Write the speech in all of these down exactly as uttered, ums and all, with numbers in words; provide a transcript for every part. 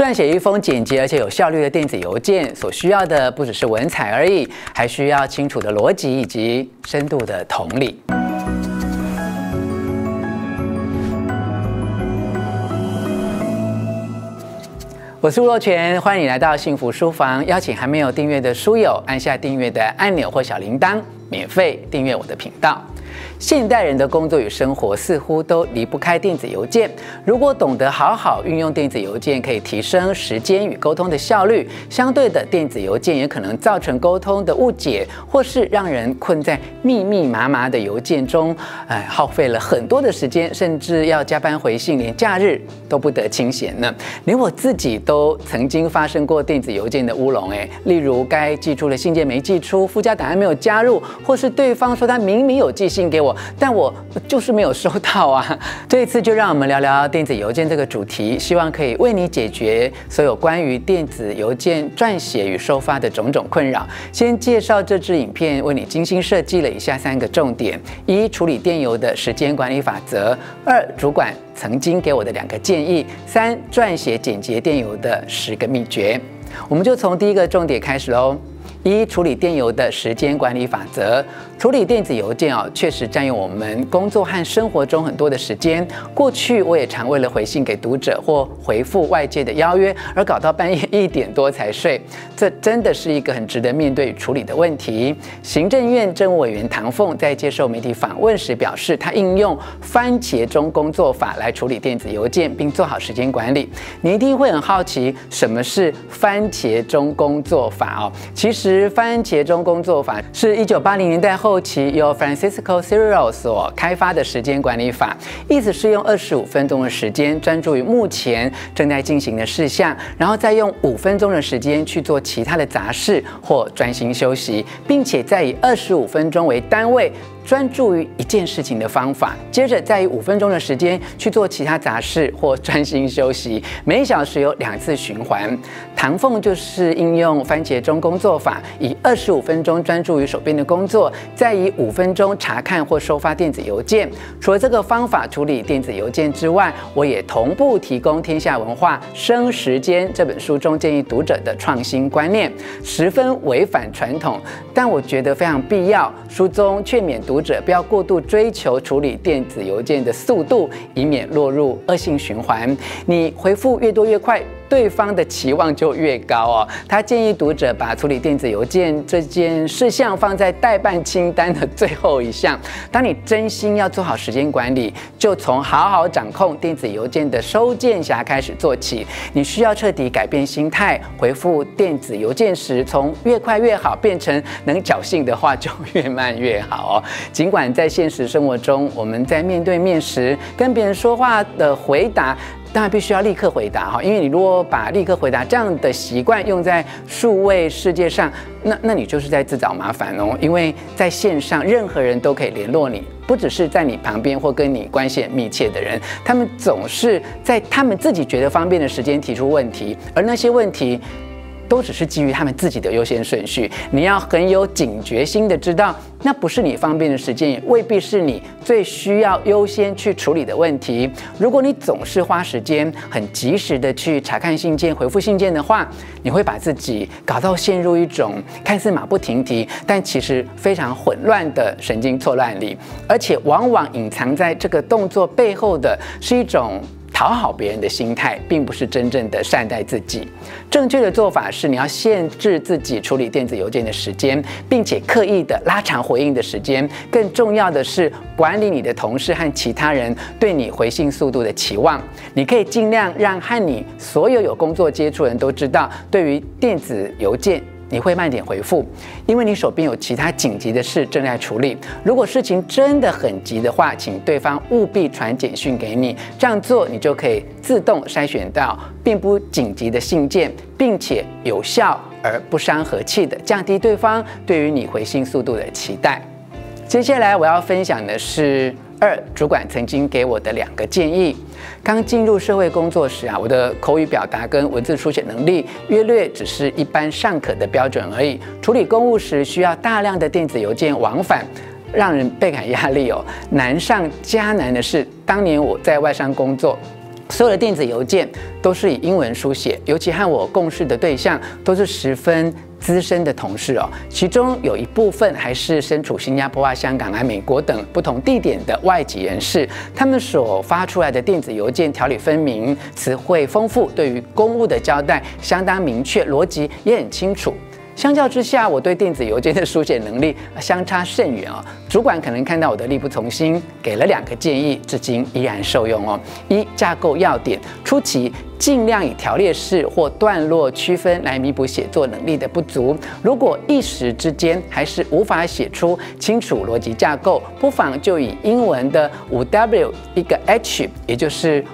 撰写一封简洁而且有效率的电子邮件，所需要的不只是文采而已，还需要清楚的逻辑以及深度的同理。我是吴若权，欢迎你来到幸福书房。邀请还没有订阅的书友按下订阅的按钮或小铃铛，免费订阅我的频道。现代人的工作与生活似乎都离不开电子邮件。如果懂得好好运用电子邮件，可以提升时间与沟通的效率。相对的，电子邮件也可能造成沟通的误解，或是让人困在密密麻麻的邮件中，哎，耗费了很多的时间，甚至要加班回信，连假日都不得清闲呢。连我自己都曾经发生过电子邮件的乌龙，哎，例如该寄出的信件没寄出，附加档案没有加入，或是对方说他明明有寄信给我，但我就是没有收到啊。这一次就让我们聊聊电子邮件这个主题，希望可以为你解决所有关于电子邮件撰写与收发的种种困扰。先介绍这支影片，为你精心设计了以下三个重点：一、处理电邮的时间管理法则；二、主管曾经给我的两个建议；三、撰写简洁电邮的十个秘诀。我们就从第一个重点开始喽。一、处理电邮的时间管理法则。处理电子邮件啊，确实占用我们工作和生活中很多的时间。过去我也常为了回信给读者或回复外界的邀约，而搞到半夜一点多才睡。这真的是一个很值得面对与处理的问题。行政院政务委员唐凤在接受媒体访问时表示，他应用番茄钟工作法来处理电子邮件，并做好时间管理。你一定会很好奇，什么是番茄钟工作法哦？其实番茄钟工作法是一九八零年代后期由 Francisco Cirillo 所开发的时间管理法，意思是用二十五分钟的时间专注于目前正在进行的事项，然后再用五分钟的时间去做其他的杂事或专心休息，并且再以二十五分钟为单位专注于一件事情的方法，接着再以五分钟的时间去做其他杂事或专心休息，每小时有两次循环。唐凤就是应用番茄钟工作法，以二十五分钟专注于手边的工作，再以五分钟查看或收发电子邮件。除了这个方法处理电子邮件之外，我也同步提供天下文化《生时间》这本书中建议读者的创新观念，十分违反传统，但我觉得非常必要。书中劝勉读者不要过度追求处理电子邮件的速度，以免落入恶性循环。你回复越多越快，对方的期望就越高哦。他建议读者把处理电子邮件这件事项放在待办清单的最后一项。当你真心要做好时间管理，就从好好掌控电子邮件的收件匣开始做起。你需要彻底改变心态，回复电子邮件时，从越快越好变成能侥幸的话就越慢越好哦。尽管在现实生活中，我们在面对面时跟别人说话的回答，当然必须要立刻回答哈，因为你如果把立刻回答这样的习惯用在数位世界上，那那你就是在自找麻烦哦。因为在线上，任何人都可以联络你，不只是在你旁边或跟你关系很密切的人，他们总是在他们自己觉得方便的时间提出问题，而那些问题都只是基于他们自己的优先顺序。你要很有警觉心的知道，那不是你方便的时间，也未必是你最需要优先去处理的问题。如果你总是花时间很及时的去查看信件、回复信件的话，你会把自己搞到陷入一种看似马不停蹄，但其实非常混乱的神经错乱里，而且往往隐藏在这个动作背后的是一种讨好别人的心态，并不是真正的善待自己。正确的做法是，你要限制自己处理电子邮件的时间，并且刻意的拉长回应的时间。更重要的是，管理你的同事和其他人对你回信速度的期望。你可以尽量让和你所有有工作接触的人都知道，对于电子邮件你会慢点回复，因为你手边有其他紧急的事正在处理。如果事情真的很急的话，请对方务必传简讯给你，这样做你就可以自动筛选到并不紧急的信件，并且有效而不伤和气的降低对方对于你回信速度的期待。接下来我要分享的是二，主管曾经给我的两个建议。刚进入社会工作时啊，我的口语表达跟文字书写能力约略只是一般尚可的标准而已。处理公务时需要大量的电子邮件往返，让人倍感压力哦。难上加难的是，当年我在外商工作， 所有的电子邮件都是以英文书写，尤其和我共事的对象都是十分资深的同事哦，其中有一部分还是身处新加坡啊、香港啊、美国等不同地点的外籍人士，他们所发出来的电子邮件条理分明，词汇丰富，对于公务的交代相当明确，逻辑也很清楚。相较之下，我对电子邮件的书写能力相差甚远哦。主管可能看到我的力不从心，给了两个建议，至今依然受用哦。一、架构要点，初期尽量以条列式或段落区分来弥补写作能力的不足。如果一时之间还是无法写出清楚逻辑架构，不妨就以英文的五 W 一个 H， 也就是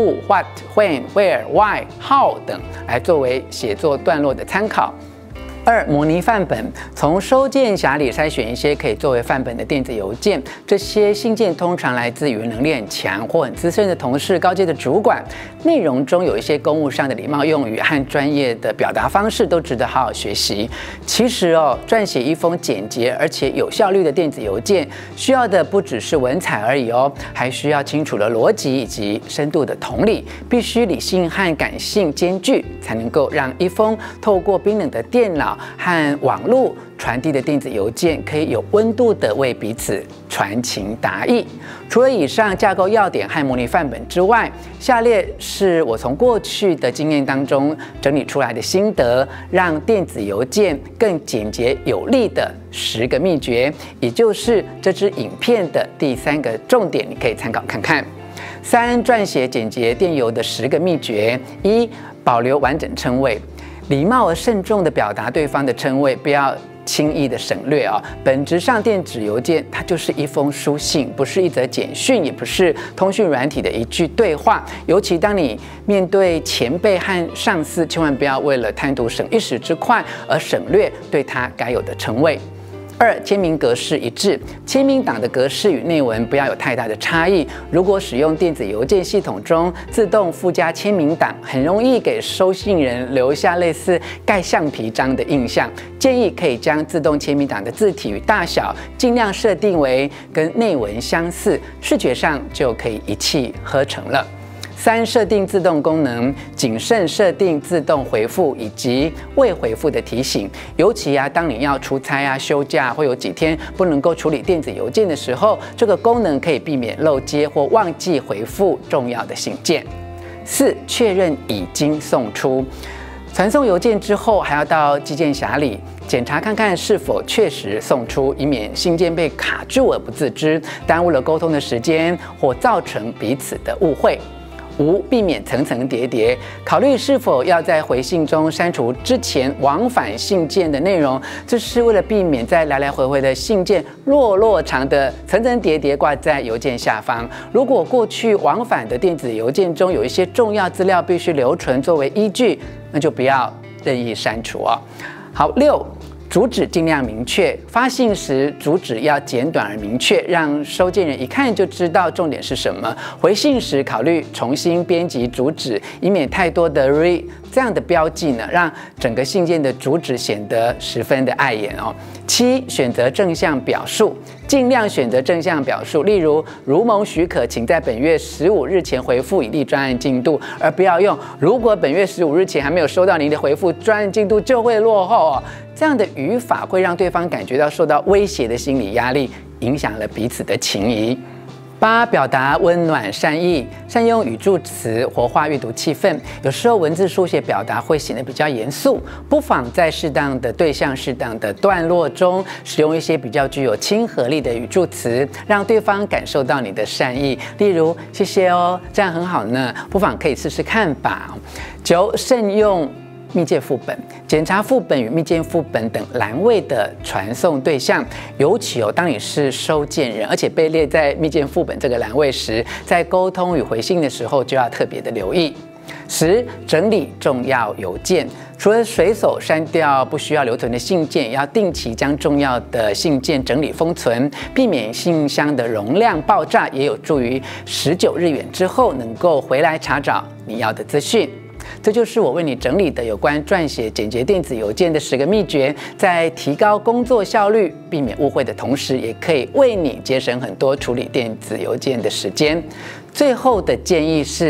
Who、What、When、Where、Why、How 等来作为写作段落的参考。二、模拟范本，从收件匣里筛选一些可以作为范本的电子邮件。这些信件通常来自语文能力很强或很资深的同事、高阶的主管，内容中有一些公务上的礼貌用语和专业的表达方式，都值得好好学习。其实哦，撰写一封简洁而且有效率的电子邮件，需要的不只是文采而已哦，还需要清楚的逻辑以及深度的同理，必须理性和感性兼具，才能够让一封透过冰冷的电脑和网络传递的电子邮件可以有温度地为彼此传情达意。除了以上架构要点和模拟范本之外，下列是我从过去的经验当中整理出来的心得，让电子邮件更简洁有力的十个秘诀，也就是这支影片的第三个重点，你可以参考看看。三、撰写简洁电邮的十个秘诀。一、保留完整称谓，礼貌而慎重地表达对方的称谓，不要轻易的省略啊、哦。本质上，电子邮件它就是一封书信，不是一则简讯，也不是通讯软体的一句对话。尤其当你面对前辈和上司，千万不要为了贪图省一时之快而省略对他该有的称谓。二、签名格式一致，签名档的格式与内文不要有太大的差异。如果使用电子邮件系统中自动附加签名档，很容易给收信人留下类似盖橡皮章的印象。建议可以将自动签名档的字体与大小尽量设定为跟内文相似，视觉上就可以一气呵成了。三、设定自动功能，谨慎设定自动回复以及未回复的提醒。尤其啊，当你要出差啊、休假或有几天不能够处理电子邮件的时候，这个功能可以避免漏接或忘记回复重要的信件。四、确认已经送出。传送邮件之后，还要到寄件匣里检查看看是否确实送出，以免信件被卡住而不自知，耽误了沟通的时间或造成彼此的误会。五、避免层层叠叠，考虑是否要在回信中删除之前往返信件的内容，这是为了避免在来来回回的信件落落长的层层叠叠挂在邮件下方。如果过去往返的电子邮件中有一些重要资料必须留存作为依据，那就不要任意删除哦。好，六。主旨尽量明确，发信时主旨要简短而明确，让收件人一看就知道重点是什么。回信时考虑重新编辑主旨，以免太多的 re 这样的标记呢，让整个信件的主旨显得十分的碍眼哦。七、选择正向表述，尽量选择正向表述，例如如蒙许可，请在本月十五日前回复以利专案进度，而不要用如果本月十五日前还没有收到您的回复，专案进度就会落后哦。这样的语法会让对方感觉到受到威胁的心理压力，影响了彼此的情谊。八、表达温暖善意，善用语助词，活化阅读气氛。有时候文字书写表达会显得比较严肃，不妨在适当的对象、适当的段落中，使用一些比较具有亲和力的语助词，让对方感受到你的善意。例如，谢谢哦，这样很好呢，不妨可以试试看吧。九、慎用密件副本，检查副本与密件副本等栏位的传送对象，尤其哦，当你是收件人，而且被列在密件副本这个栏位时，在沟通与回信的时候就要特别的留意。十、整理重要邮件，除了随手删掉不需要留存的信件，也要定期将重要的信件整理封存，避免信箱的容量爆炸，也有助于十九日元之后能够回来查找你要的资讯。这就是我为你整理的有关撰写简洁电子邮件的十个秘诀，在提高工作效率、避免误会的同时，也可以为你节省很多处理电子邮件的时间。最后的建议是，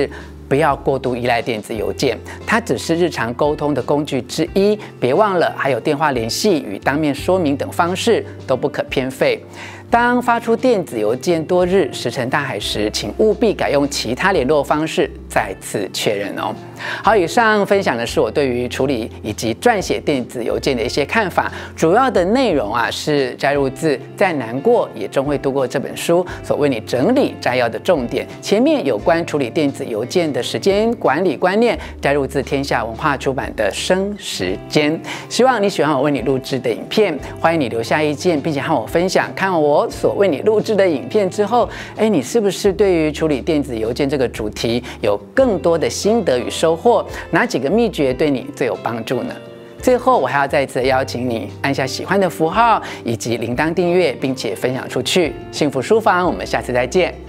不要过度依赖电子邮件，它只是日常沟通的工具之一。别忘了，还有电话联系与当面说明等方式都不可偏废。当发出电子邮件多日石沉大海时，请务必改用其他联络方式再次确认哦。好，以上分享的是我对于处理以及撰写电子邮件的一些看法，主要的内容啊是摘录自《再难过也终会度过》这本书所为你整理摘要的重点。前面有关处理电子邮件的时间管理观念，摘录自天下文化出版的《生时间》。希望你喜欢我为你录制的影片，欢迎你留下意见，并且和我分享。看我所为你录制的影片之后，哎，你是不是对于处理电子邮件这个主题有更多的心得与收获？哪几个秘诀对你最有帮助呢？最后，我还要再一次邀请你按下喜欢的符号以及铃铛订阅，并且分享出去。幸福书房，我们下次再见。